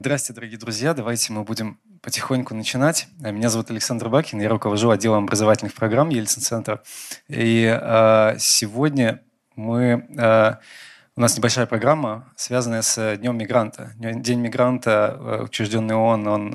Здравствуйте, дорогие друзья. Давайте мы будем потихоньку начинать. Меня зовут Александр Бакин, я руковожу отделом образовательных программ Ельцин-центра. И сегодня у нас небольшая программа, связанная с Днем мигранта. День мигранта, учрежденный ООН, он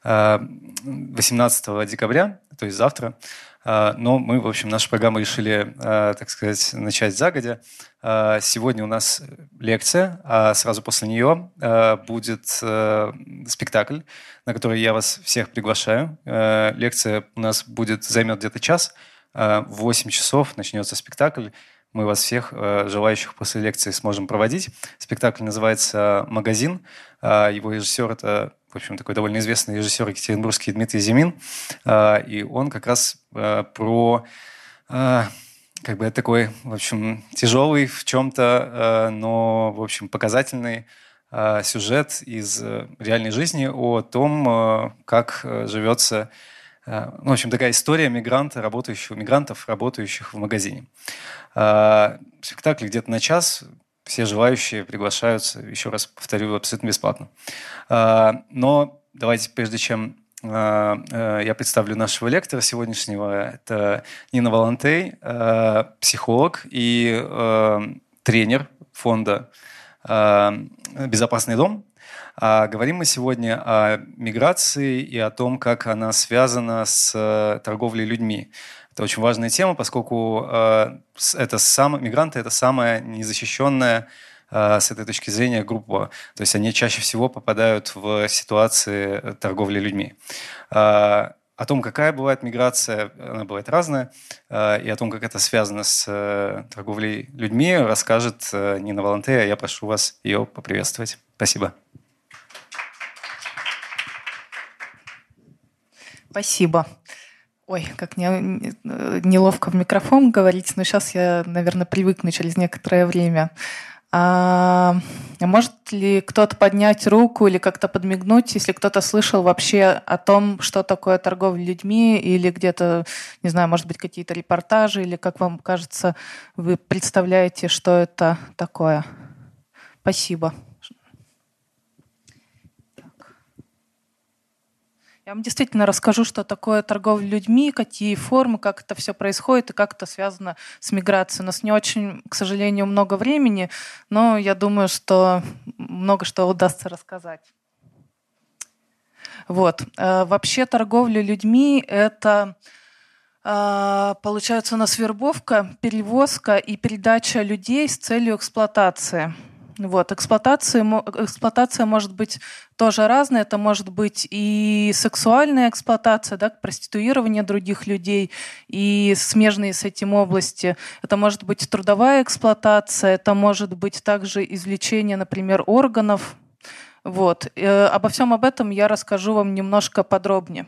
18 декабря, то есть завтра. Но мы, в общем, нашу программу решили, так сказать, начать загодя. Сегодня у нас лекция, а сразу после нее будет спектакль, на который я вас всех приглашаю. Лекция у нас займет где-то час. В 8 часов начнется спектакль. Мы вас всех, желающих после лекции, сможем проводить. Спектакль называется «Магазин». Его режиссер – это, в общем, такой довольно известный режиссер екатеринбургский Дмитрий Зимин. И он как раз про такой, в общем, тяжелый в чем-то, но, в общем, показательный сюжет из реальной жизни о том, как живется. В общем, такая история мигрантов, работающих в магазине. Спектакль где-то на час. Все желающие приглашаются, еще раз повторю, абсолютно бесплатно. Но давайте, прежде чем я представлю нашего лектора сегодняшнего, это Нина Волонтей, психолог и тренер фонда «Безопасный дом». Говорим мы сегодня о миграции и о том, как она связана с торговлей людьми. Это очень важная тема, поскольку мигранты – это самая незащищенная с этой точки зрения группа. То есть они чаще всего попадают в ситуации торговли людьми. О том, какая бывает миграция, она бывает разная, и о том, как это связано с торговлей людьми, расскажет Нина Волонтей, а я прошу вас ее поприветствовать. Спасибо. Спасибо. Ой, как неловко в микрофон говорить, но сейчас я, наверное, привыкну через некоторое время. Может ли кто-то поднять руку или как-то подмигнуть, если кто-то слышал вообще о том, что такое торговля людьми, или где-то, не знаю, может быть, какие-то репортажи, или, как вам кажется, вы представляете, что это такое? Спасибо. Я вам действительно расскажу, что такое торговля людьми, какие формы, как это все происходит и как это связано с миграцией. У нас не очень, к сожалению, много времени, но я думаю, что много что удастся рассказать. Вот. Вообще торговля людьми – это, получается, у нас вербовка, перевозка и передача людей с целью эксплуатации. Вот. Эксплуатация может быть тоже разная. Это может быть и сексуальная эксплуатация, да, проституирование других людей и смежные с этим области. Это может быть трудовая эксплуатация, это может быть также извлечение, например, органов. Вот. Обо всем об этом я расскажу вам немножко подробнее.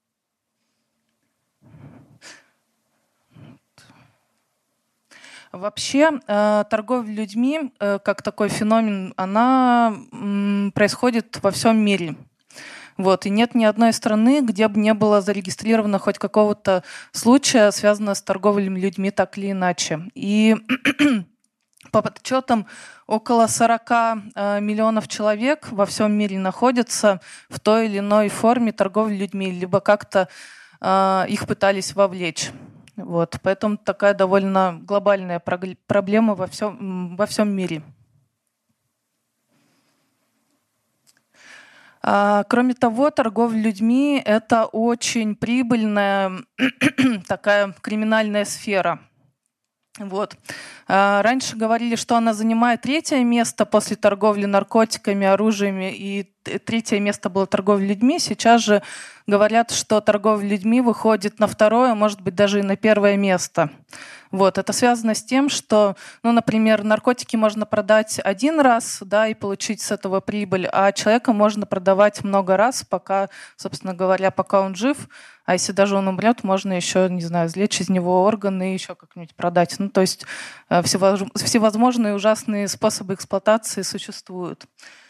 Вообще торговля людьми, как такой феномен, она происходит во всем мире. Вот. И нет ни одной страны, где бы не было зарегистрировано хоть какого-то случая, связанного с торговлей людьми так или иначе. И по подсчетам около 40 миллионов человек во всем мире находятся в той или иной форме торговли людьми, либо как-то их пытались вовлечь. Вот, поэтому такая довольно глобальная проблема во всем мире. Кроме того, торговля людьми – это очень прибыльная такая криминальная сфера. Вот. Раньше говорили, что она занимает 3-е место после торговли наркотиками, оружиями, и 3-е место было торговля людьми. Сейчас же говорят, что торговля людьми выходит на 2-е, может быть, даже и на 1-е место. Вот. Это связано с тем, что, например, наркотики можно продать один раз, да, и получить с этого прибыль, а человека можно продавать много раз, пока, собственно говоря, пока он жив. А если даже он умрет, можно еще, не знаю, извлечь из него органы и еще как-нибудь продать. То есть всевозможные ужасные способы эксплуатации существуют.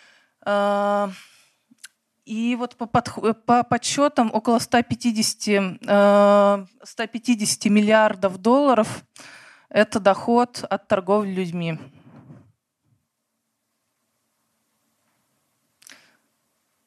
И вот по подсчетам около 150 миллиардов долларов – это доход от торговли людьми.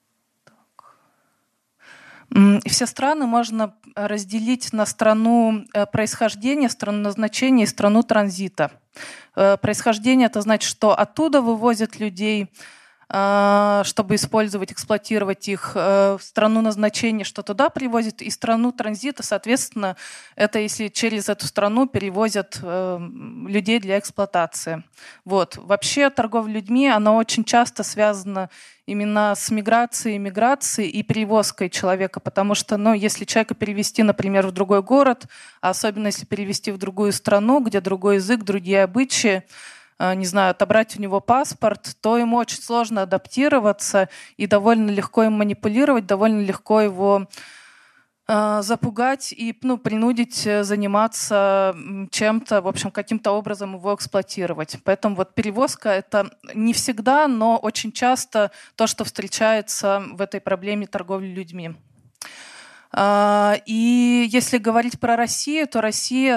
И все страны можно разделить на страну происхождения, страну назначения и страну транзита. Происхождение — это значит, что оттуда вывозят людей, чтобы использовать, эксплуатировать их, в страну назначения, что туда привозят, и страну транзита, соответственно, это если через эту страну перевозят людей для эксплуатации. Вот. Вообще торговля людьми, она очень часто связана именно с миграцией, миграцией и перевозкой человека, потому что, если человека перевести, например, в другой город, а особенно если перевести в другую страну, где другой язык, другие обычаи, не знаю, отобрать у него паспорт, то ему очень сложно адаптироваться и довольно легко им манипулировать, довольно легко его запугать и принудить заниматься чем-то, в общем, каким-то образом его эксплуатировать. Поэтому вот перевозка — это не всегда, но очень часто то, что встречается в этой проблеме торговли людьми. И если говорить про Россию, то Россия,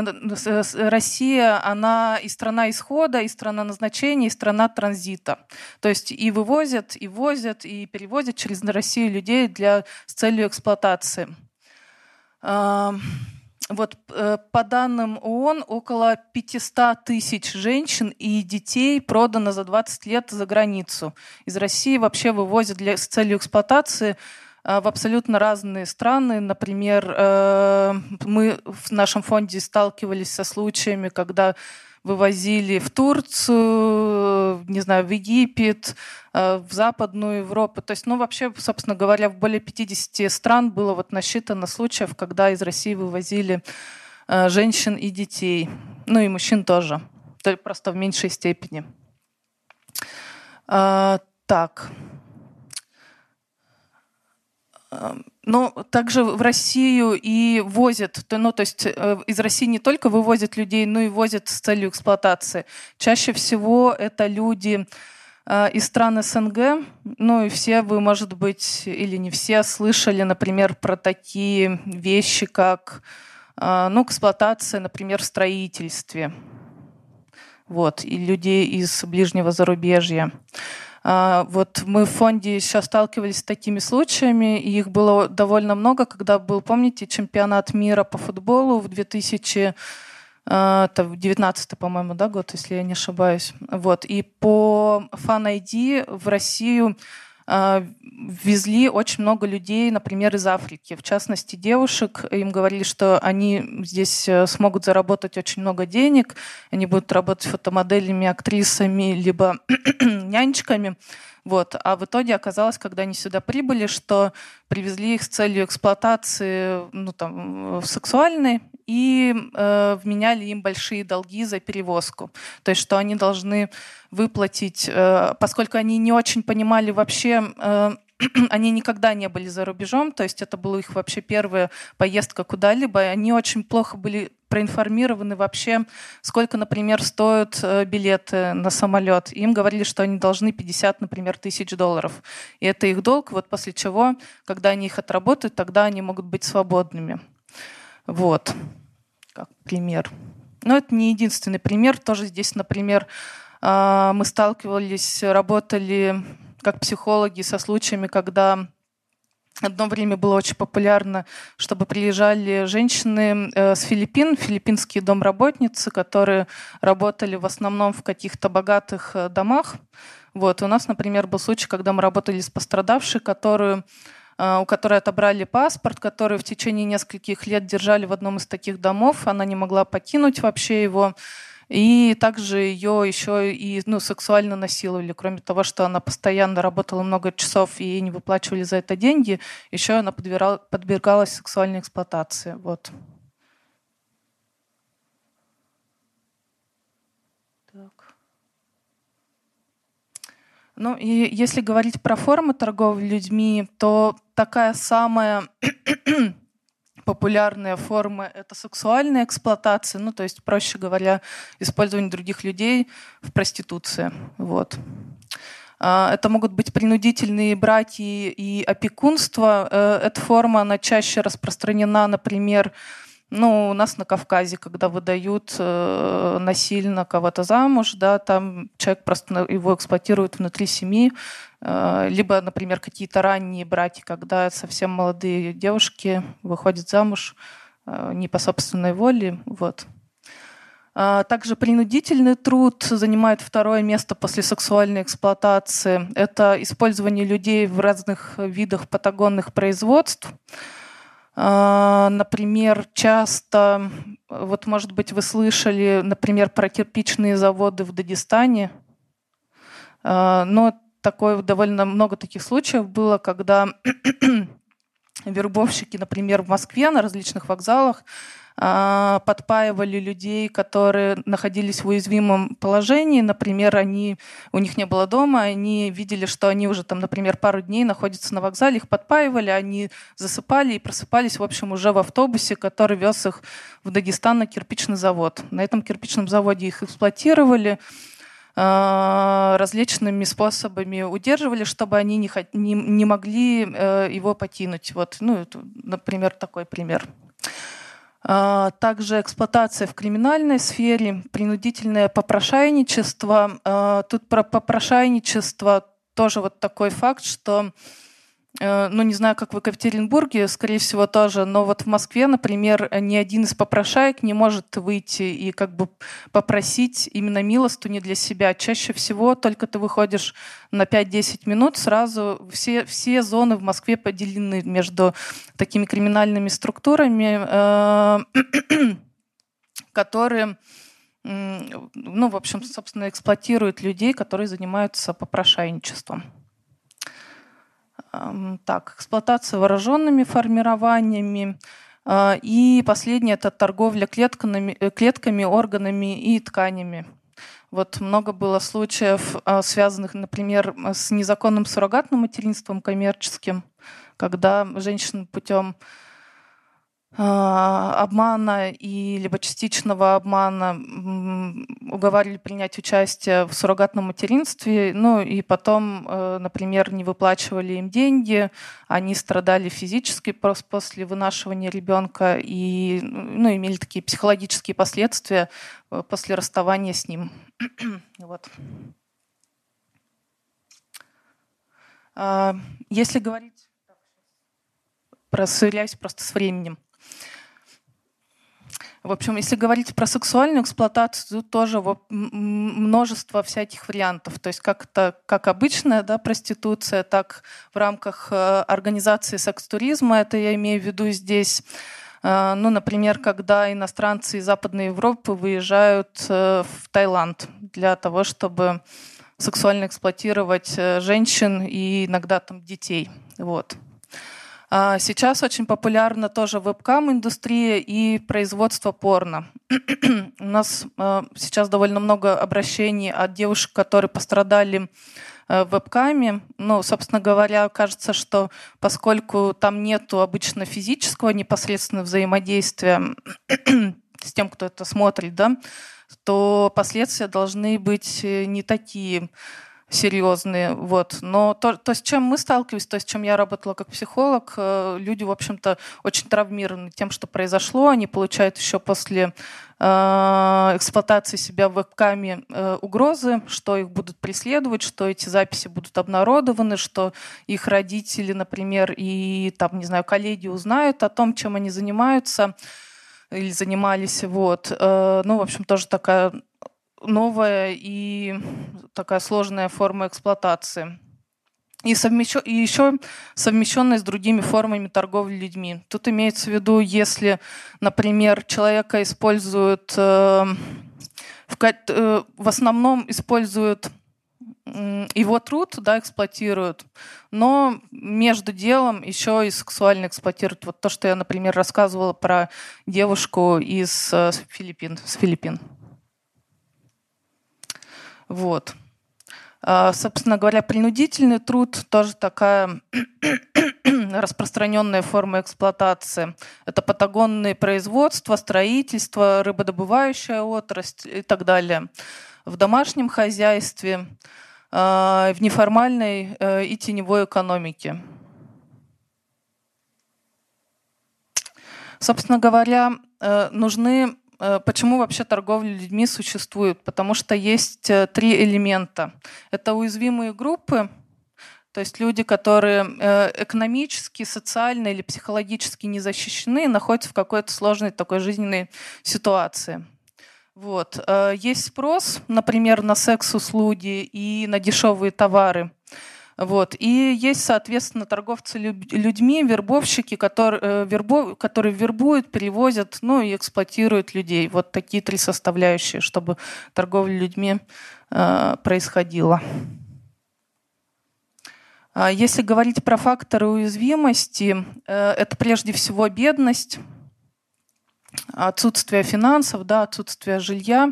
она и страна исхода, и страна назначения, и страна транзита. То есть и вывозят, и возят, и перевозят через Россию людей с целью эксплуатации. Вот по данным ООН, около 500 тысяч женщин и детей продано за 20 лет за границу. Из России вообще вывозят с целью эксплуатации в абсолютно разные страны. Например, мы в нашем фонде сталкивались со случаями, когда вывозили в Турцию, не знаю, в Египет, в Западную Европу. То есть, вообще, собственно говоря, в более 50 стран было насчитано случаев, когда из России вывозили женщин и детей. И мужчин тоже, только просто в меньшей степени. Так. Но также в Россию и возят, то есть из России не только вывозят людей, но и возят с целью эксплуатации. Чаще всего это люди из стран СНГ, и все вы, может быть, или не все слышали, например, про такие вещи, как эксплуатация, например, в строительстве. Вот, и людей из ближнего зарубежья. Вот мы в фонде сейчас сталкивались с такими случаями, и их было довольно много, когда был, помните, чемпионат мира по футболу в 2019, по-моему, год, если я не ошибаюсь. Вот. И по Fan-ID в Россию везли очень много людей, например, из Африки, в частности, девушек. Им говорили, что они здесь смогут заработать очень много денег, они будут работать фотомоделями, актрисами, либо нянечками. Вот. А в итоге оказалось, когда они сюда прибыли, что привезли их с целью эксплуатации сексуальной и вменяли им большие долги за перевозку. То есть, что они должны выплатить, поскольку они не очень понимали вообще, они никогда не были за рубежом, то есть это была их вообще первая поездка куда-либо, и они очень плохо были проинформированы вообще, сколько, например, стоят билеты на самолет. И им говорили, что они должны 50, например, тысяч долларов. И это их долг, после чего, когда они их отработают, тогда они могут быть свободными. Вот, как пример. Но это не единственный пример. Тоже здесь, например, мы сталкивались, работали как психологи со случаями, когда одно время было очень популярно, чтобы приезжали женщины с Филиппин, филиппинские домработницы, которые работали в основном в каких-то богатых домах. Вот. У нас, например, был случай, когда мы работали с пострадавшей, у которой отобрали паспорт, которую в течение нескольких лет держали в одном из таких домов. Она не могла покинуть вообще его. И также ее еще и сексуально насиловали. Кроме того, что она постоянно работала много часов и ей не выплачивали за это деньги, еще она подвергалась сексуальной эксплуатации. Вот. Так. И если говорить про формы торговли людьми, то такая самая популярные формы — это сексуальная эксплуатация, то есть, проще говоря, использование других людей в проституции. Вот. Это могут быть принудительные браки и опекунство. Эта форма, она чаще распространена, например, Ну, у нас на Кавказе, когда выдают насильно кого-то замуж, да, там человек просто его эксплуатирует внутри семьи, либо, например, какие-то ранние браки, когда совсем молодые девушки выходят замуж не по собственной воле, вот. Также принудительный труд занимает второе место после сексуальной эксплуатации. Это использование людей в разных видах патагонных производств. Например, часто, вот, может быть, вы слышали, например, про кирпичные заводы в Дагестане. Но довольно много таких случаев было, когда вербовщики, например, в Москве на различных вокзалах подпаивали людей, которые находились в уязвимом положении. Например, у них не было дома, они видели, что они уже там, например, пару дней находятся на вокзале, их подпаивали, они засыпали и просыпались, в общем, уже в автобусе, который вез их в Дагестан на кирпичный завод. На этом кирпичном заводе их эксплуатировали, различными способами удерживали, чтобы они не могли его покинуть. Вот, ну, это, например, такой пример. Также эксплуатация в криминальной сфере, принудительное попрошайничество. Тут про попрошайничество тоже вот такой факт, что, ну, не знаю, как в Екатеринбурге, скорее всего, тоже, но вот в Москве, например, ни один из попрошаек не может выйти и как бы попросить именно милостыню для себя. Чаще всего только ты выходишь на 5-10 минут, сразу все зоны в Москве поделены между такими криминальными структурами, которые, ну, в общем, собственно, эксплуатируют людей, которые занимаются попрошайничеством. Так, эксплуатация вооруженными формированиями. И последнее – это торговля клетками, органами и тканями. Вот много было случаев, связанных, например, с незаконным суррогатным материнством коммерческим, когда женщин путем обмана либо частичного обмана уговаривали принять участие в суррогатном материнстве, ну и потом, например, не выплачивали им деньги, они страдали физически после вынашивания ребенка и, ну, имели такие психологические последствия после расставания с ним. Вот. Если говорить сверяюсь просто с временем. В общем, если говорить про сексуальную эксплуатацию, тут тоже множество всяких вариантов. То есть как обычная, да, проституция, так в рамках организации секс-туризма, это я имею в виду здесь. Ну, например, когда иностранцы из Западной Европы выезжают в Таиланд для того, чтобы сексуально эксплуатировать женщин и иногда там детей. Вот. Сейчас очень популярна тоже вебкам-индустрия и производство порно. У нас сейчас довольно много обращений от девушек, которые пострадали вебками. Ну, собственно говоря, кажется, что поскольку там нету обычно физического непосредственного взаимодействия с тем, кто это смотрит, да, то последствия должны быть не такие серьезные. Вот. Но то, с чем мы сталкивались, то, с чем я работала как психолог, люди, в общем-то, очень травмированы тем, что произошло. Они получают еще после эксплуатации себя в вебкаме угрозы, что их будут преследовать, что эти записи будут обнародованы, что их родители, например, и там, не знаю, коллеги узнают о том, чем они занимаются или занимались. Вот. Ну, в общем, тоже такая новая и такая сложная форма эксплуатации. И еще совмещенная с другими формами торговли людьми. Тут имеется в виду, если, например, человека используют, в основном используют его труд, да, эксплуатируют, но между делом еще и сексуально эксплуатируют. Вот то, что я, например, рассказывала про девушку из Филиппин. Вот. Собственно говоря, принудительный труд тоже такая распространенная форма эксплуатации. Это патагонные производства, строительство, рыбодобывающая отрасль и так далее. В домашнем хозяйстве, в неформальной и теневой экономике. Собственно говоря, почему вообще торговля людьми существует? Потому что есть 3 элемента. Это уязвимые группы, то есть люди, которые экономически, социально или психологически не защищены, находятся в какой-то сложной такой жизненной ситуации. Вот. Есть спрос, например, на секс-услуги и на дешевые товары. Вот. И есть, соответственно, торговцы людьми, вербовщики, которые вербуют, перевозят, ну и эксплуатируют людей. Вот такие 3 составляющие, чтобы торговля людьми происходила. Если говорить про факторы уязвимости, это прежде всего бедность, отсутствие финансов, да, отсутствие жилья,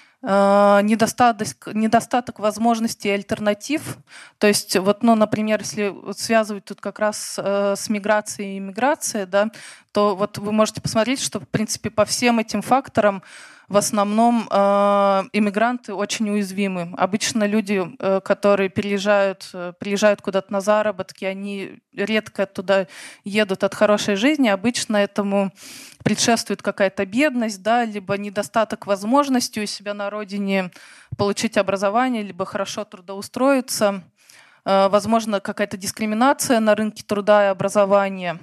недостаток возможностей и альтернатив. То есть, вот, ну, например, если связывать тут как раз с миграцией и иммиграцией, да, то вот вы можете посмотреть, что, в принципе, по всем этим факторам в основном иммигранты очень уязвимы. Обычно люди, которые приезжают куда-то на заработки, они редко туда едут от хорошей жизни. Обычно этому предшествует какая-то бедность, да, либо недостаток возможностей у себя на родине получить образование, либо хорошо трудоустроиться. Возможно, какая-то дискриминация на рынке труда и образования.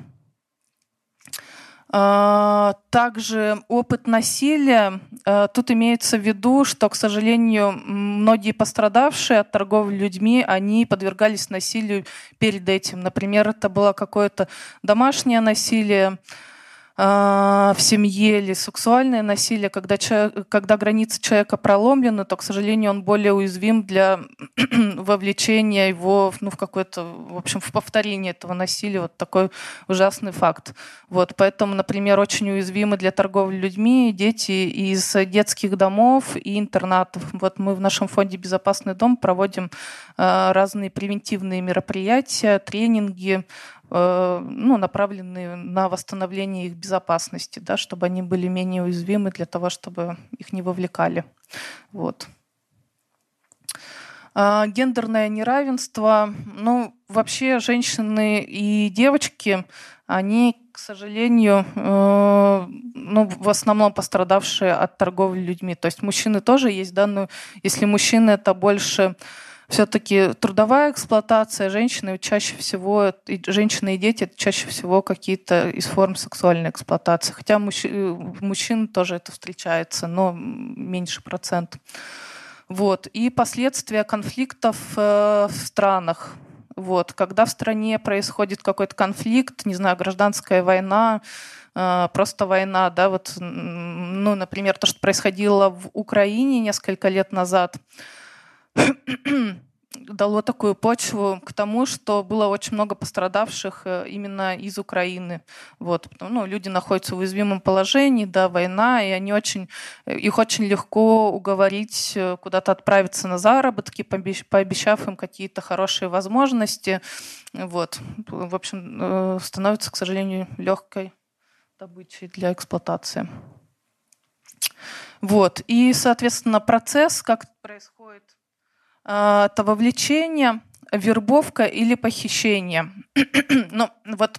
Также опыт насилия. Тут имеется в виду, что, к сожалению, многие пострадавшие от торговли людьми, они подвергались насилию перед этим. Например, это было какое-то домашнее насилие в семье или сексуальное насилие. Когда границы человека проломлены, то, к сожалению, он более уязвим для вовлечения его, ну, в какое-то, в общем, в повторение этого насилия. Вот такой ужасный факт. Вот, поэтому, например, очень уязвимы для торговли людьми дети из детских домов и интернатов. Вот мы в нашем фонде «Безопасный дом» проводим разные превентивные мероприятия, тренинги, ну, направленные на восстановление их безопасности, да, чтобы они были менее уязвимы для того, чтобы их не вовлекали. Вот. Гендерное неравенство. Ну, вообще женщины и девочки, они, к сожалению, ну, в основном пострадавшие от торговли людьми. То есть мужчины тоже есть, да, но если мужчины это больше все-таки трудовая эксплуатация, женщины чаще всего, женщины и дети это чаще всего какие-то из форм сексуальной эксплуатации. Хотя мужчин тоже это встречается, но меньше процент. Вот. И последствия конфликтов в странах. Вот. Когда в стране происходит какой-то конфликт, не знаю, гражданская война, просто война, да, вот, ну, например, то, что происходило в Украине несколько лет назад, дало такую почву к тому, что было очень много пострадавших именно из Украины. Вот. Ну, люди находятся в уязвимом положении, да, война, и их очень легко уговорить куда-то отправиться на заработки, пообещав им какие-то хорошие возможности. Вот. В общем, становится, к сожалению, легкой добычей для эксплуатации. Вот. И, соответственно, процесс, как происходит, это вовлечение, вербовка или похищение. Ну, вот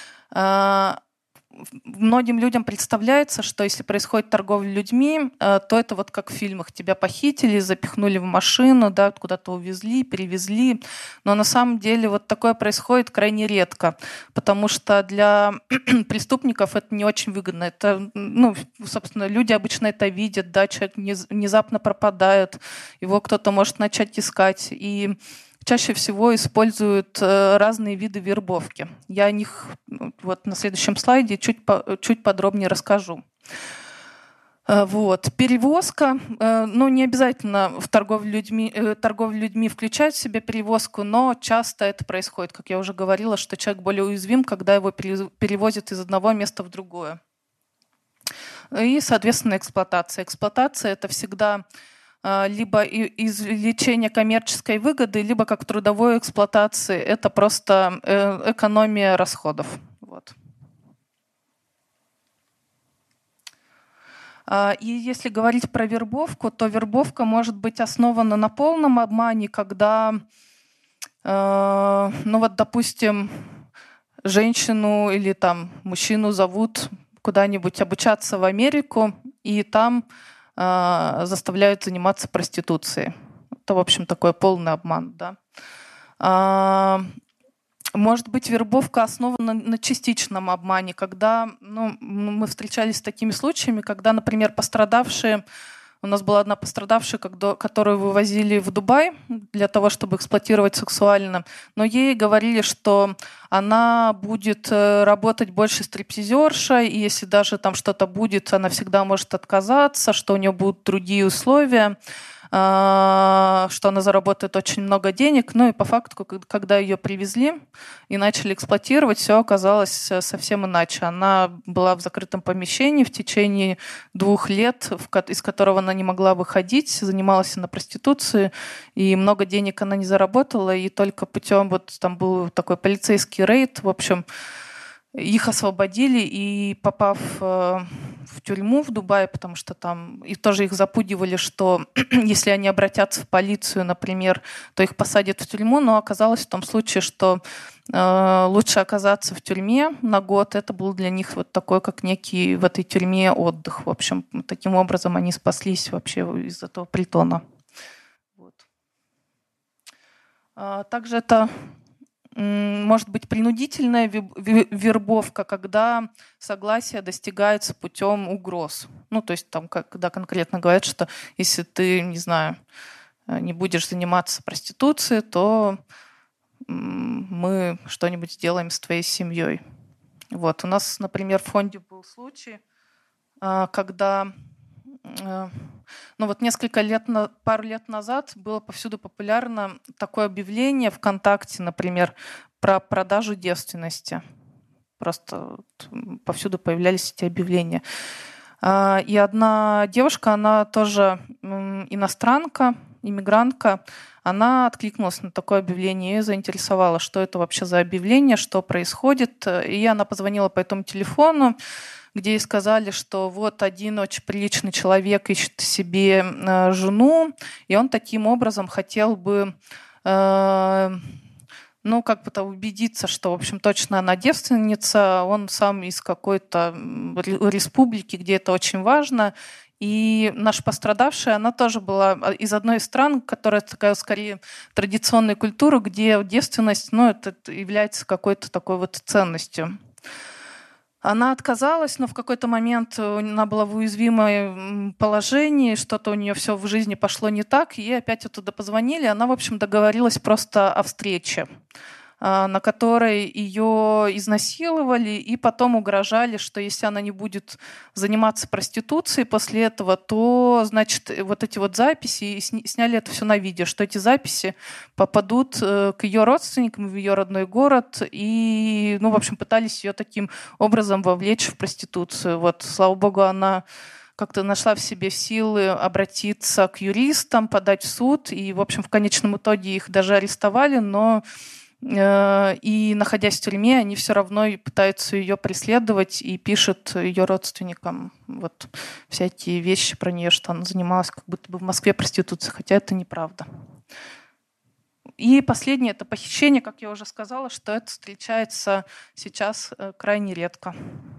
многим людям представляется, что если происходит торговля людьми, то это вот как в фильмах. Тебя похитили, запихнули в машину, да, куда-то увезли, перевезли. Но на самом деле вот такое происходит крайне редко, потому что для преступников это не очень выгодно. Это, ну, собственно, люди обычно это видят, да, человек внезапно пропадает, его кто-то может начать искать. И чаще всего используют разные виды вербовки. Я о них вот на следующем слайде чуть подробнее расскажу. Вот. Перевозка, ну, не обязательно в торговлю людьми включать в себя перевозку, но часто это происходит. Как я уже говорила, что человек более уязвим, когда его перевозят из одного места в другое. И, соответственно, эксплуатация. Эксплуатация — это всегда либо извлечение коммерческой выгоды, либо как трудовой эксплуатации. Это просто экономия расходов. Вот. И если говорить про вербовку, то вербовка может быть основана на полном обмане, когда, ну вот, допустим, женщину или там мужчину зовут куда-нибудь обучаться в Америку, и там заставляют заниматься проституцией. Это, в общем, такой полный обман, да. Может быть, вербовка основана на частичном обмане, когда мы встречались с такими случаями, когда, например, пострадавшие, у нас была одна пострадавшая, которую вывозили в Дубай для того, чтобы эксплуатировать сексуально, но ей говорили, что она будет работать больше стриптизершей, и если даже там что-то будет, она всегда может отказаться, что у нее будут другие условия, что она заработает очень много денег. Ну и по факту, когда ее привезли и начали эксплуатировать, все оказалось совсем иначе. Она была в закрытом помещении в течение 2 лет, из которого она не могла выходить, занималась на проституции, и много денег она не заработала, и только путем, вот там был такой полицейский рейд, в общем, их освободили, и попав в тюрьму в Дубае, потому что там и тоже их запугивали, что если они обратятся в полицию, например, то их посадят в тюрьму, но оказалось в том случае, что лучше оказаться в тюрьме на год. Это был для них вот такой, как некий в этой тюрьме отдых. В общем, таким образом они спаслись вообще из этого притона. Вот. Также это может быть принудительная вербовка, когда согласие достигается путем угроз. Ну, то есть там, когда конкретно говорят, что если ты, не знаю, не будешь заниматься проституцией, то мы что-нибудь сделаем с твоей семьей. Вот. У нас, например, в фонде был случай, когда вот пару лет назад было повсюду популярно такое объявление ВКонтакте, например, про продажу девственности. Просто повсюду появлялись эти объявления. И одна девушка, она тоже иностранка, иммигрантка, она откликнулась на такое объявление и заинтересовала, что это вообще за объявление, что происходит. И она позвонила по этому телефону, где ей сказали, что вот один очень приличный человек ищет себе жену, и он таким образом хотел бы убедиться, что, в общем, точно она девственница, он сам из какой-то республики, где это очень важно. И наша пострадавшая, она тоже была из одной из стран, которая такая, скорее, традиционная культура, где девственность, это является какой-то такой вот ценностью. Она отказалась, но в какой-то момент она была в уязвимом положении, что-то у нее все в жизни пошло не так, и ей опять оттуда позвонили. Она, в общем, договорилась просто о встрече, на которой ее изнасиловали и потом угрожали, что если она не будет заниматься проституцией после этого, то, значит, вот эти вот записи, и сняли это все на видео, что эти записи попадут к ее родственникам в ее родной город, и, в общем, пытались ее таким образом вовлечь в проституцию. Вот, слава богу, она как-то нашла в себе силы обратиться к юристам, подать в суд, и, в общем, в конечном итоге их даже арестовали, но и, находясь в тюрьме, они все равно пытаются ее преследовать и пишут ее родственникам вот всякие вещи про нее, что она занималась как будто бы в Москве проституцией, хотя это неправда. И последнее – это похищение, как я уже сказала, что это встречается сейчас крайне редко.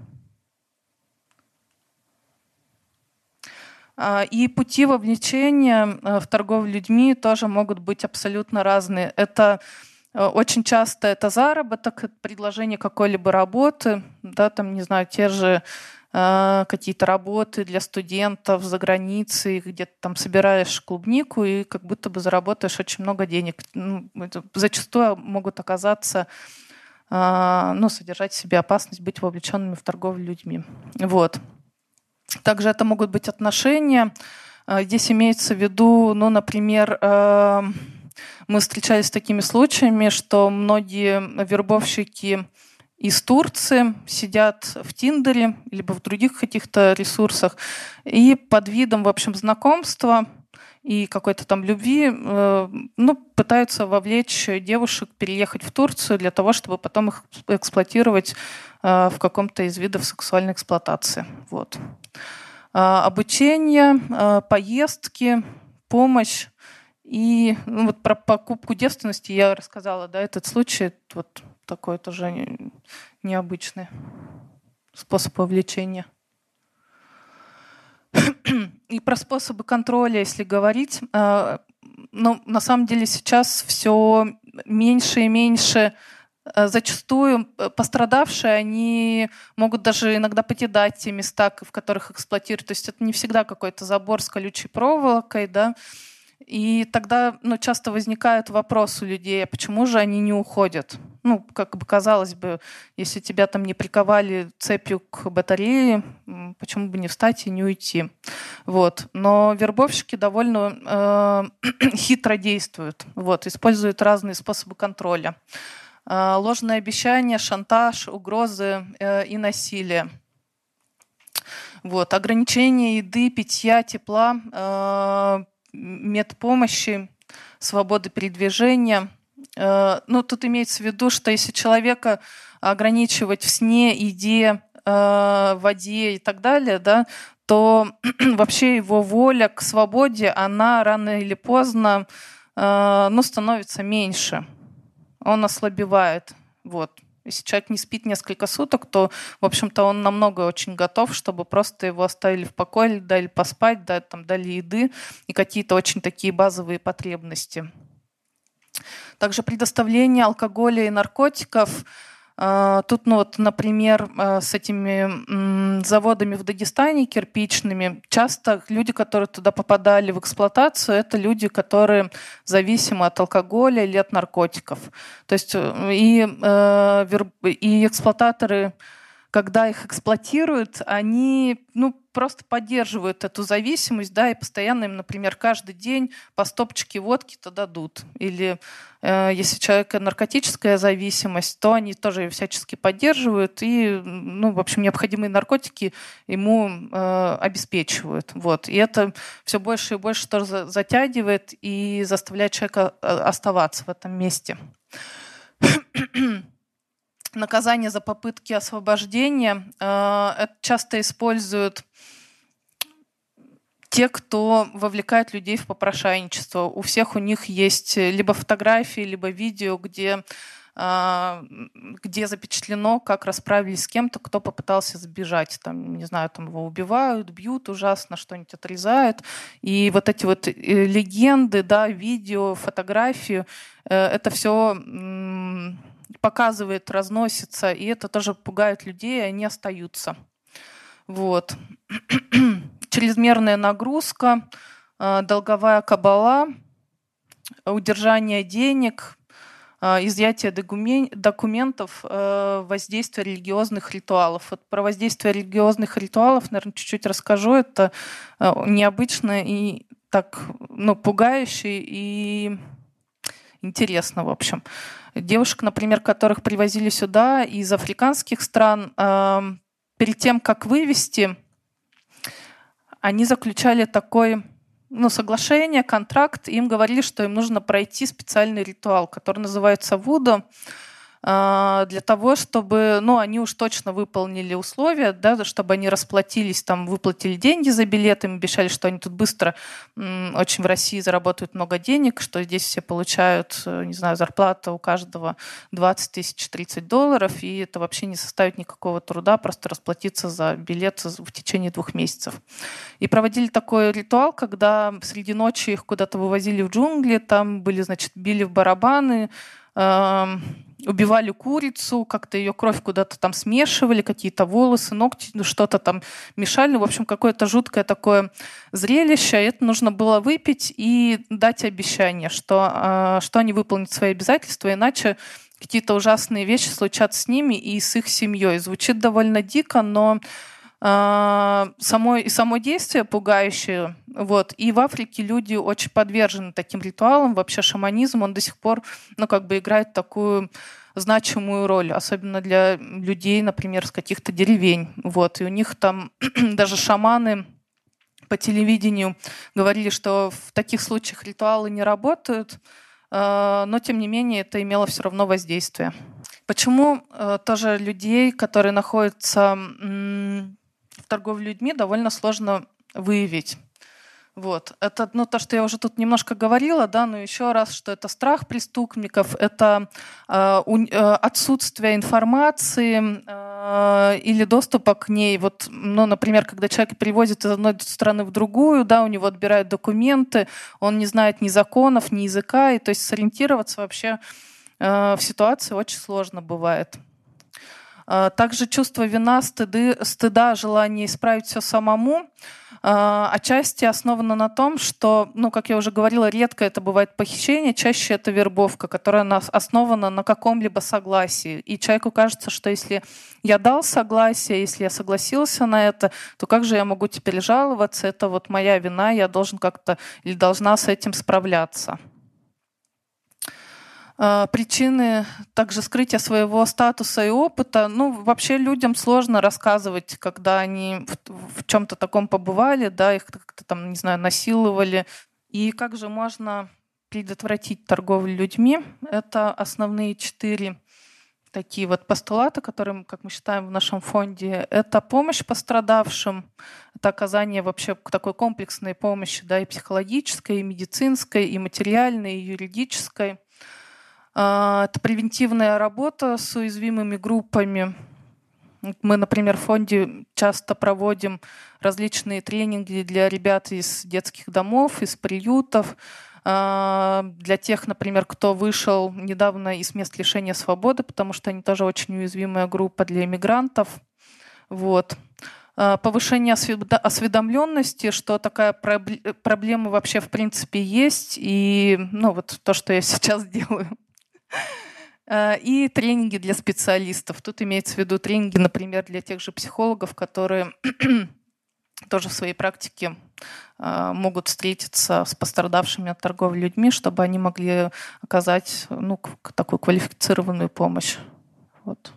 И пути вовлечения в торговлю людьми тоже могут быть абсолютно разные. Это очень часто это заработок, предложение какой-либо работы, да, там, не знаю, те же какие-то работы для студентов за границей, где ты там собираешь клубнику и как будто бы заработаешь очень много денег. Зачастую могут оказаться, содержать в себе опасность быть вовлеченными в торговлю людьми. Вот. Также это могут быть отношения. Здесь имеется в виду, например, мы встречались с такими случаями, что многие вербовщики из Турции сидят в Тиндере либо в других каких-то ресурсах и под видом, в общем, знакомства и какой-то там любви пытаются вовлечь девушек переехать в Турцию для того, чтобы потом их эксплуатировать в каком-то из видов сексуальной эксплуатации. Вот. Обучение, поездки, помощь. И вот про покупку девственности я рассказала, да, этот случай вот такой тоже необычный. способ вовлечения. И про способы контроля, если говорить, ну, на самом деле сейчас все меньше и меньше. Зачастую пострадавшие, они могут даже иногда покидать те места, в которых эксплуатируют. То есть это не всегда какой-то забор с колючей проволокой, да. И тогда часто возникает вопрос у людей, а почему же они не уходят? Ну, как бы казалось бы, если тебя там не приковали цепью к батарее, почему бы не встать и не уйти? Вот. Но вербовщики довольно хитро действуют, вот, используют разные способы контроля. Ложные обещания, шантаж, угрозы и насилие. Вот. Ограничение еды, питья, тепла, медпомощи, свободы передвижения. Ну, тут имеется в виду, что если человека ограничивать в сне, еде, воде и так далее, да, то вообще его воля к свободе, она рано или поздно становится меньше. Он ослабевает. Вот. Если человек не спит несколько суток, то, в общем-то, он намного очень готов, чтобы просто его оставили в покое, дали поспать, дали еды и какие-то очень такие базовые потребности. Также предоставление алкоголя и наркотиков. Тут, например, с этими заводами в Дагестане кирпичными, часто люди, которые туда попадали в эксплуатацию, это люди, которые зависимы от алкоголя или от наркотиков. То есть и эксплуататоры, когда их эксплуатируют, они просто поддерживают эту зависимость, да, и постоянно им, например, каждый день по стопочке водки-то дадут. Или если у человека наркотическая зависимость, то они тоже ее всячески поддерживают и, в общем, необходимые наркотики ему обеспечивают. Вот. И это все больше и больше тоже затягивает и заставляет человека оставаться в этом месте. Наказание за попытки освобождения. Это часто используют те, кто вовлекает людей в попрошайничество. У всех у них есть либо фотографии, либо видео, где запечатлено, как расправились с кем-то, кто попытался сбежать. Там, не знаю, там его убивают, бьют ужасно, что-нибудь отрезают. И вот эти вот легенды, да, видео, фотографии, это все показывает, разносится, и это тоже пугает людей, и они остаются. Вот. Чрезмерная нагрузка, долговая кабала, удержание денег, изъятие документов, воздействие религиозных ритуалов. Вот про воздействие религиозных ритуалов, наверное, чуть-чуть расскажу. Это необычно и так, пугающе и интересно, в общем. Девушек, например, которых привозили сюда из африканских стран, перед тем, как вывести, они заключали такое соглашение, контракт. Им говорили, что им нужно пройти специальный ритуал, который называется вуду, для того, чтобы они уж точно выполнили условия, да, чтобы они расплатились, там, выплатили деньги за билет, им обещали, что они тут быстро очень в России заработают много денег, что здесь все получают, не знаю, зарплату у каждого 20 тысяч, $30, и это вообще не составит никакого труда, просто расплатиться за билет в течение 2 месяцев. И проводили такой ритуал, когда среди ночи их куда-то вывозили в джунгли, там были, били в барабаны, убивали курицу, как-то ее кровь куда-то там смешивали, какие-то волосы, ногти, что-то там мешали. В общем, какое-то жуткое такое зрелище. Это нужно было выпить и дать обещание, что они выполнят свои обязательства, иначе какие-то ужасные вещи случатся с ними и с их семьей. Звучит довольно дико, но само действие пугающее. Вот. И в Африке люди очень подвержены таким ритуалам. Вообще шаманизм, он до сих пор играет такую значимую роль, особенно для людей, например, с каких-то деревень. Вот. И у них там даже шаманы по телевидению говорили, что в таких случаях ритуалы не работают, но тем не менее это имело все равно воздействие. Почему тоже людей, которые находятся в торговле людьми, довольно сложно выявить? Вот. Это то, что я уже тут немножко говорила, да, но еще раз, что это страх преступников, это отсутствие информации, или доступа к ней. Вот, ну, например, когда человек перевозит из одной страны в другую, да, у него отбирают документы, он не знает ни законов, ни языка, и то есть сориентироваться вообще в ситуации очень сложно бывает. Также чувство вина, стыда, желание исправить все самому отчасти основано на том, что, ну, как я уже говорила, редко это бывает похищение, чаще это вербовка, которая основана на каком-либо согласии. И человеку кажется, что если я дал согласие, если я согласился на это, то как же я могу теперь жаловаться? Это вот моя вина, я должен как-то или должна с этим справляться. Причины также скрытия своего статуса и опыта. Ну, вообще людям сложно рассказывать, когда они в чем-то таком побывали, да, их как-то там, не знаю, насиловали. И как же можно предотвратить торговлю людьми? Это основные 4 такие вот постулата, которые, как мы считаем в нашем фонде. Это помощь пострадавшим, это оказание вообще такой комплексной помощи, да, и психологической, и медицинской, и материальной, и юридической. Это превентивная работа с уязвимыми группами. Мы, например, в фонде часто проводим различные тренинги для ребят из детских домов, из приютов, для тех, например, кто вышел недавно из мест лишения свободы, потому что они тоже очень уязвимая группа для иммигрантов. Вот. Повышение осведомленности, что такая проблема вообще в принципе есть, и ну, вот то, что я сейчас делаю. И тренинги для специалистов. Тут имеется в виду тренинги, например, для тех же психологов, которые тоже в своей практике могут встретиться с пострадавшими от торговли людьми, чтобы они могли оказать, ну, такую квалифицированную помощь. Вот.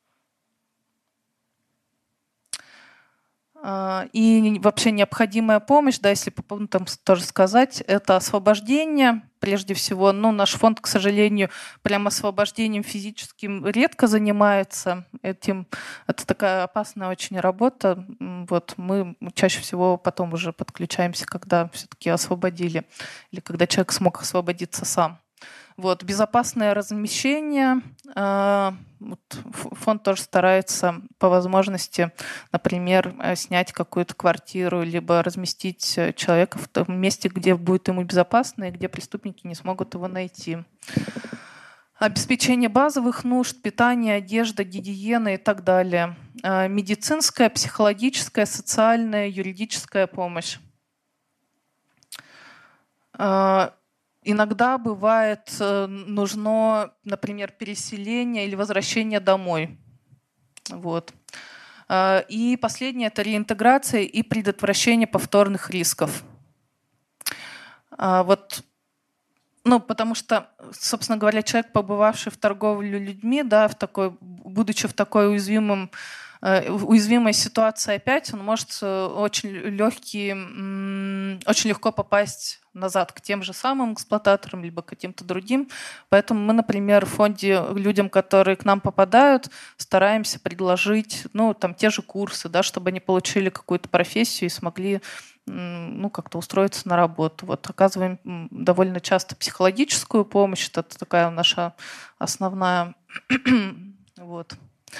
И вообще необходимая помощь, да, если по пунктам тоже сказать, это освобождение, прежде всего. Ну, наш фонд, к сожалению, прям освобождением физическим редко занимается этим. Это такая опасная очень работа. Вот мы чаще всего потом уже подключаемся, когда все-таки освободили, или когда человек смог освободиться сам. Вот, безопасное размещение. Фонд тоже старается по возможности, например, снять какую-то квартиру, либо разместить человека в том месте, где будет ему безопасно и где преступники не смогут его найти. Обеспечение базовых нужд, питание, одежда, гигиена и так далее. Медицинская, психологическая, социальная, юридическая помощь. Иногда бывает нужно, например, переселение или возвращение домой. Вот. И последнее – это реинтеграция и предотвращение повторных рисков. Вот, ну, потому что, собственно говоря, человек, побывавший в торговле людьми, да, будучи в такой уязвимой ситуации опять, он может очень легко попасть назад к тем же самым эксплуататорам, либо к каким-то другим. Поэтому мы, например, в фонде людям, которые к нам попадают, стараемся предложить, ну, там, те же курсы, да, чтобы они получили какую-то профессию и смогли, ну, как-то устроиться на работу. Вот оказываем довольно часто психологическую помощь, это такая наша основная. Вот.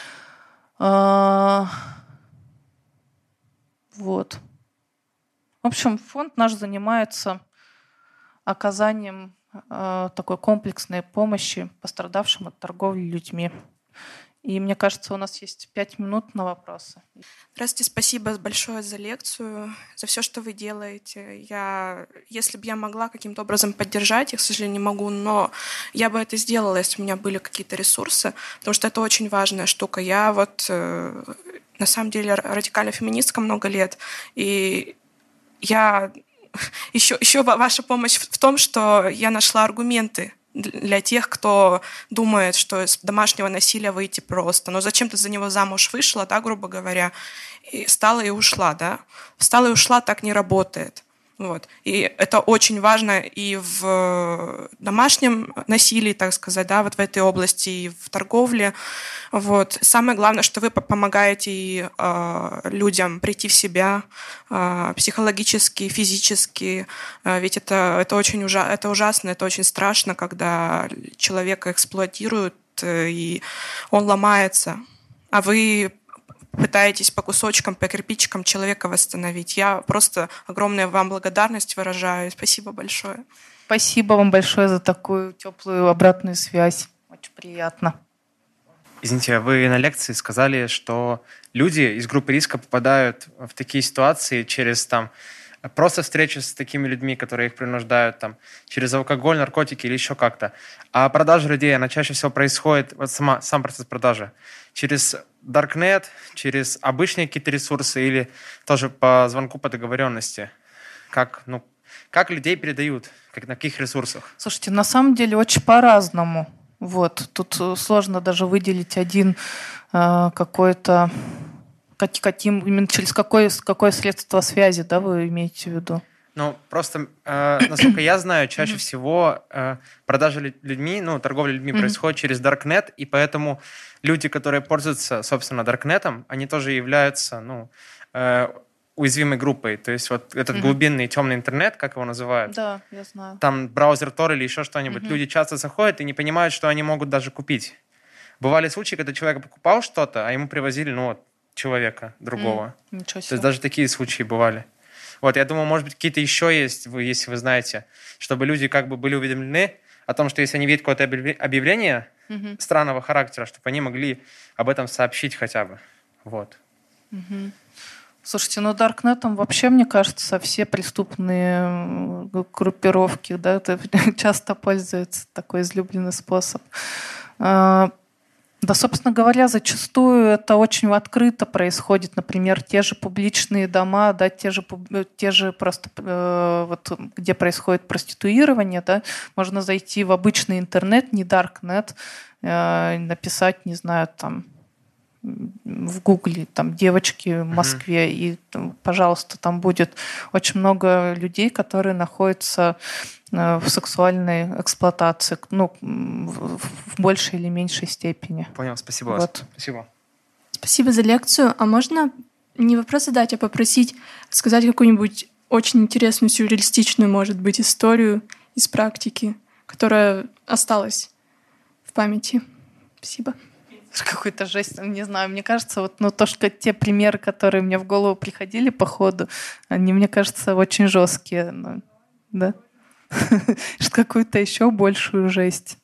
Вот. В общем, фонд наш занимается оказанием такой комплексной помощи пострадавшим от торговли людьми. И мне кажется, у нас есть 5 минут на вопросы. Здравствуйте, спасибо большое за лекцию, за все, что вы делаете. Если бы я могла каким-то образом поддержать, я, к сожалению, не могу, но я бы это сделала, если у меня были какие-то ресурсы, потому что это очень важная штука. Я вот на самом деле радикальная феминистка много лет, и я еще ваша помощь в том, что я нашла аргументы для тех, кто думает, что из домашнего насилия выйти просто. Но зачем ты за него замуж вышла, да, грубо говоря, и встала и ушла, да? Встала и ушла, так не работает. Вот. И это очень важно и в домашнем насилии, так сказать, да, вот в этой области, и в торговле. Вот. Самое главное, что вы помогаете людям прийти в себя психологически, физически. Ведь это очень это ужасно, это очень страшно, когда человека эксплуатируют, и он ломается. а вы пытаетесь по кусочкам, по кирпичикам человека восстановить. Я просто огромную вам благодарность выражаю. Спасибо большое. Спасибо вам большое за такую теплую обратную связь. Очень приятно. Извините, вы на лекции сказали, что люди из группы риска попадают в такие ситуации через просто встречи с такими людьми, которые их принуждают, через алкоголь, наркотики или еще как-то. А продажа людей, она чаще всего происходит, сам процесс продажи, через Darknet, через обычные какие-то ресурсы или тоже по звонку по договоренности. Как людей передают, на каких ресурсах? Слушайте, на самом деле очень по-разному. Вот. Тут сложно даже выделить один какой-то... именно через какое средство связи, да, вы имеете в виду? Просто, насколько я знаю, чаще всего продажа людьми, торговля людьми происходит через Darknet, и поэтому люди, которые пользуются, собственно, Darknet'ом, они тоже являются, уязвимой группой. То есть вот этот глубинный темный интернет, как его называют. Да, я знаю. Там браузер Tor или еще что-нибудь. Люди часто заходят и не понимают, что они могут даже купить. Бывали случаи, когда человек покупал что-то, а ему привозили, человека другого. Ничего себе. То есть даже такие случаи бывали. Я думаю, может быть, какие-то еще есть, если вы знаете, чтобы люди были уведомлены о том, что если они видят какое-то объявление странного характера, чтобы они могли об этом сообщить хотя бы. Слушайте, Даркнетом вообще, мне кажется, все преступные группировки, да, это часто пользуются, такой излюбленный способ. Да, собственно говоря, зачастую это очень открыто происходит. Например, те же публичные дома, да, те же просто где происходит проституирование, да, можно зайти в обычный интернет, не Darknet, написать, не знаю, в Гугле, девочки в Москве, и, пожалуйста, там будет очень много людей, которые находятся в сексуальной эксплуатации, в большей или меньшей степени. Понял, спасибо вас. Спасибо. Спасибо за лекцию. А можно не вопрос задать, а попросить сказать какую-нибудь очень интересную, сюрреалистичную, может быть, историю из практики, которая осталась в памяти? Спасибо. Какой-то жесть, не знаю. Мне кажется, что те примеры, которые мне в голову приходили по ходу, они, мне кажется, очень жесткие. Да? Что какую-то еще большую жесть.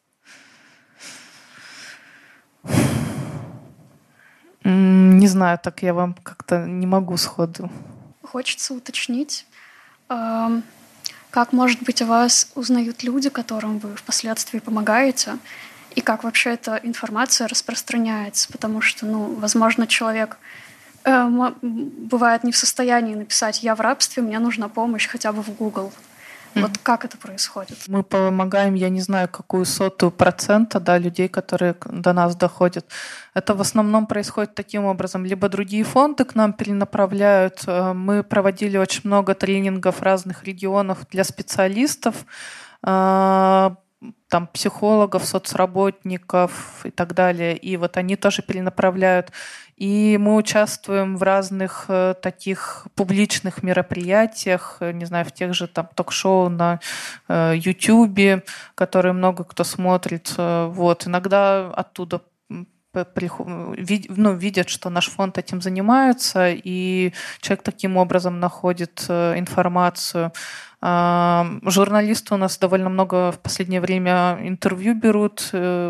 Не знаю, так я вам как-то не могу сходу. Хочется уточнить, как, может быть, о вас узнают люди, которым вы впоследствии помогаете, и как вообще эта информация распространяется, потому что, возможно, человек бывает не в состоянии написать «я в рабстве, мне нужна помощь» хотя бы в Google. Как это происходит? Мы помогаем, я не знаю, какую 0,01%, да, людей, которые до нас доходят. Это в основном происходит таким образом. Либо другие фонды к нам перенаправляют. Мы проводили очень много тренингов в разных регионах для специалистов, психологов, соцработников и так далее. И они тоже перенаправляют. И мы участвуем в разных таких публичных мероприятиях, не знаю, в тех же ток-шоу на YouTube, которые много кто смотрит. Иногда оттуда видят, что наш фонд этим занимается, и человек таким образом находит информацию. Журналисты у нас довольно много в последнее время интервью берут.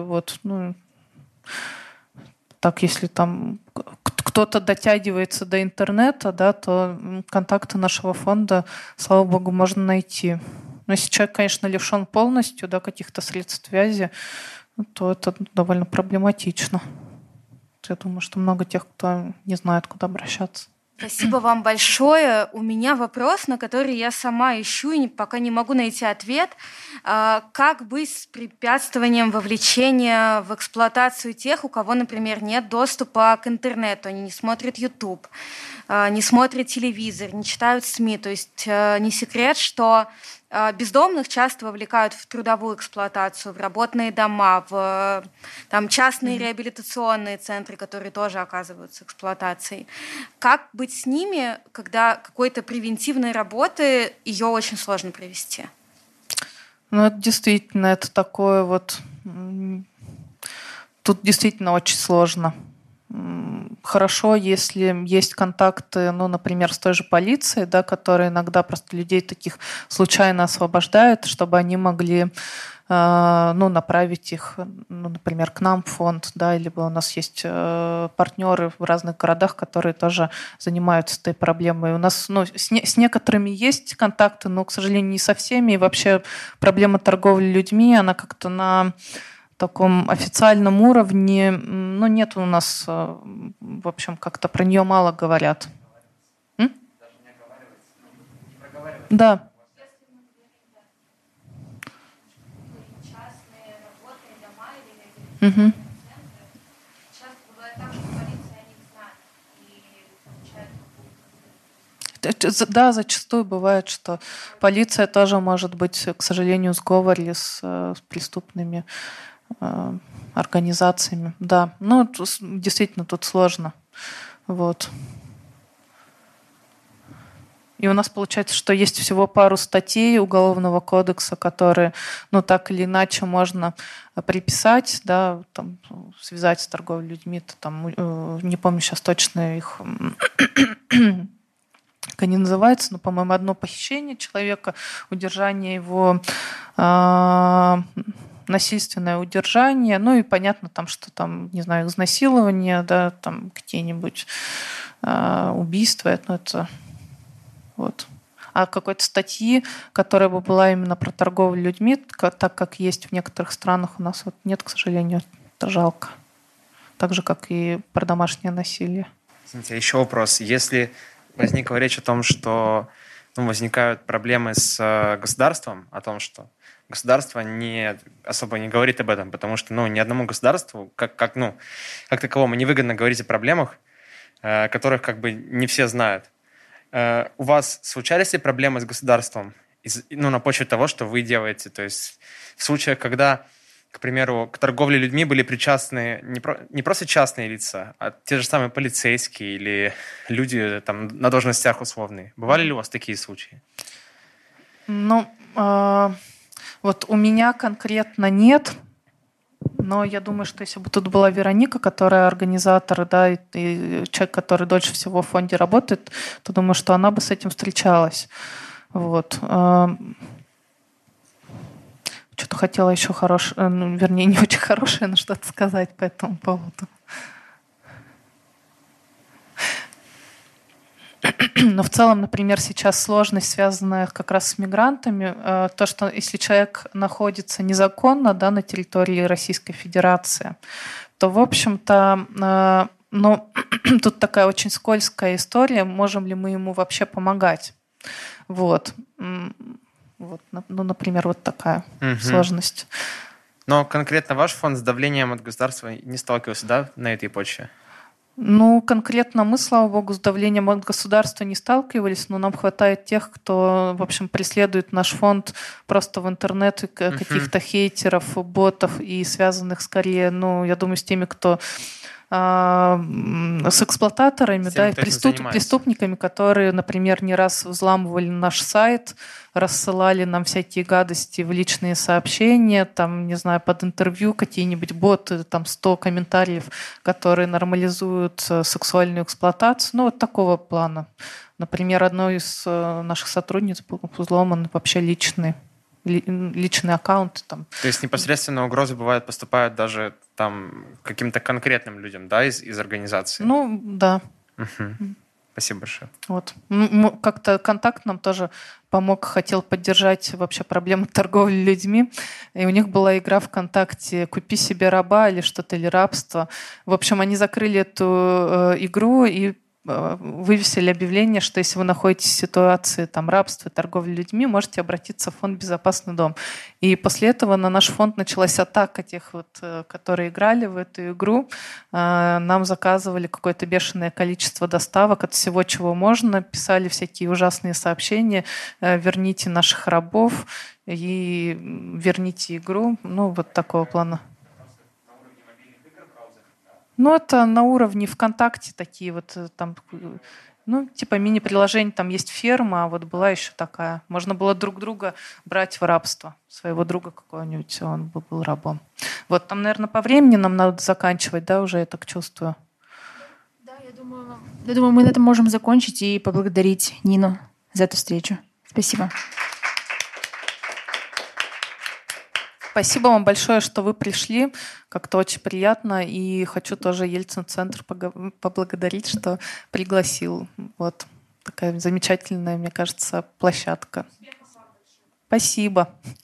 Если кто-то дотягивается до интернета, да, то контакты нашего фонда, слава богу, можно найти. Но если человек, конечно, лишен полностью, да, каких-то средств связи, то это довольно проблематично. Я думаю, что много тех, кто не знает, куда обращаться. Спасибо вам большое. У меня вопрос, на который я сама ищу и пока не могу найти ответ. Как быть с препятствованием вовлечения в эксплуатацию тех, у кого, например, нет доступа к интернету, они не смотрят YouTube, не смотрят телевизор, не читают СМИ. То есть не секрет, что бездомных часто вовлекают в трудовую эксплуатацию, в работные дома, в частные реабилитационные центры, которые тоже оказываются эксплуатацией. Как быть с ними, когда какой-то превентивной работы ее очень сложно провести? Это действительно, это такое тут действительно очень сложно. хорошо, если есть контакты, ну, например, с той же полицией, да, которые иногда просто людей таких случайно освобождают, чтобы они могли ну, направить их, ну, например, к нам в фонд, да, либо у нас есть партнеры в разных городах, которые тоже занимаются этой проблемой. У нас, ну, с некоторыми есть контакты, но, к сожалению, не со всеми. И вообще проблема торговли людьми, она как-то на таком официальном уровне, ну, нет у нас, в общем, как-то про нее мало говорят. Да. Угу. Да, зачастую бывает, что полиция тоже может быть, к сожалению, в сговоре с преступными организациями. Да, ну, действительно, тут сложно. Вот. И у нас получается, что есть всего пару статей Уголовного кодекса, которые, ну, так или иначе можно приписать, да, там, связать с торговлей людьми. Там, не помню сейчас точно их, как они называются, но, по-моему, одно похищение человека, удержание его, насильственное удержание, ну и понятно, там, что там, не знаю, изнасилование, да, там какие-нибудь убийства, ну, это вот. А какой-то статьи, которая бы была именно про торговлю людьми, так как есть в некоторых странах, у нас вот нет, к сожалению, это жалко. Так же, как и про домашнее насилие. Извините, еще вопрос. Если возникла речь о том, что возникают проблемы с государством, о том, что государство особо не говорит об этом, потому что ни одному государству, как таковому, невыгодно говорить о проблемах, которых как бы не все знают. У вас случались ли проблемы с государством на почве того, что вы делаете? То есть в случаях, когда, к примеру, к торговле людьми были причастны не просто частные лица, а те же самые полицейские или люди там на должностях условные. Бывали ли у вас такие случаи? Ну, вот у меня конкретно нет. Но я думаю, что если бы тут была Вероника, которая организатор, да, и человек, который дольше всего в фонде работает, то думаю, что она бы с этим встречалась. Вот. Что-то хотела еще хорошее, вернее, не очень хорошее, но что-то сказать по этому поводу. Но в целом, например, сейчас сложность, связанная как раз с мигрантами, то, что если человек находится незаконно, да, на территории Российской Федерации, то, в общем-то, тут такая очень скользкая история, можем ли мы ему вообще помогать. Вот. Вот, ну, например, вот такая сложность. Но конкретно ваш фонд с давлением от государства не сталкивался, да, на этой почве? Ну, конкретно мы, слава богу, с давлением от государства не сталкивались, но нам хватает тех, кто, в общем, преследует наш фонд просто в интернете, каких-то хейтеров, ботов и связанных скорее, ну, я думаю, с теми, кто с эксплуататорами, да, и преступниками, которые, например, не раз взламывали наш сайт, рассылали нам всякие гадости в личные сообщения, там, не знаю, под интервью какие-нибудь боты, там 100 комментариев, которые нормализуют сексуальную эксплуатацию. Ну, вот такого плана. Например, одной из наших сотрудниц был взломан вообще личный аккаунт. Там. То есть непосредственно угрозы бывают, поступают даже там каким-то конкретным людям, да, из организации? Ну, да. Спасибо большое. Вот. Как-то контакт нам тоже помог, хотел поддержать вообще проблему торговли людьми. И у них была игра ВКонтакте «Купи себе раба» или что-то, или «Рабство». В общем, они закрыли эту игру и вывесили объявление, что если вы находитесь в ситуации там, рабства и торговли людьми, можете обратиться в фонд «Безопасный дом». И после этого на наш фонд началась атака тех, вот, которые играли в эту игру. Нам заказывали какое-то бешеное количество доставок от всего, чего можно. Писали всякие ужасные сообщения. «Верните наших рабов» и «Верните игру». Ну, вот такого плана. Ну, это на уровне ВКонтакте такие вот там, ну, типа мини-приложений, там есть ферма, а вот была еще такая. Можно было друг друга брать в рабство. Своего друга какого-нибудь, он был рабом. Вот, там, наверное, по времени нам надо заканчивать, да, уже я так чувствую. Да, Я думаю, мы на этом можем закончить и поблагодарить Нину за эту встречу. Спасибо. Спасибо вам большое, что вы пришли. Как-то очень приятно. И хочу тоже Ельцин-центр поблагодарить, что пригласил. Вот такая замечательная, мне кажется, площадка. Спасибо.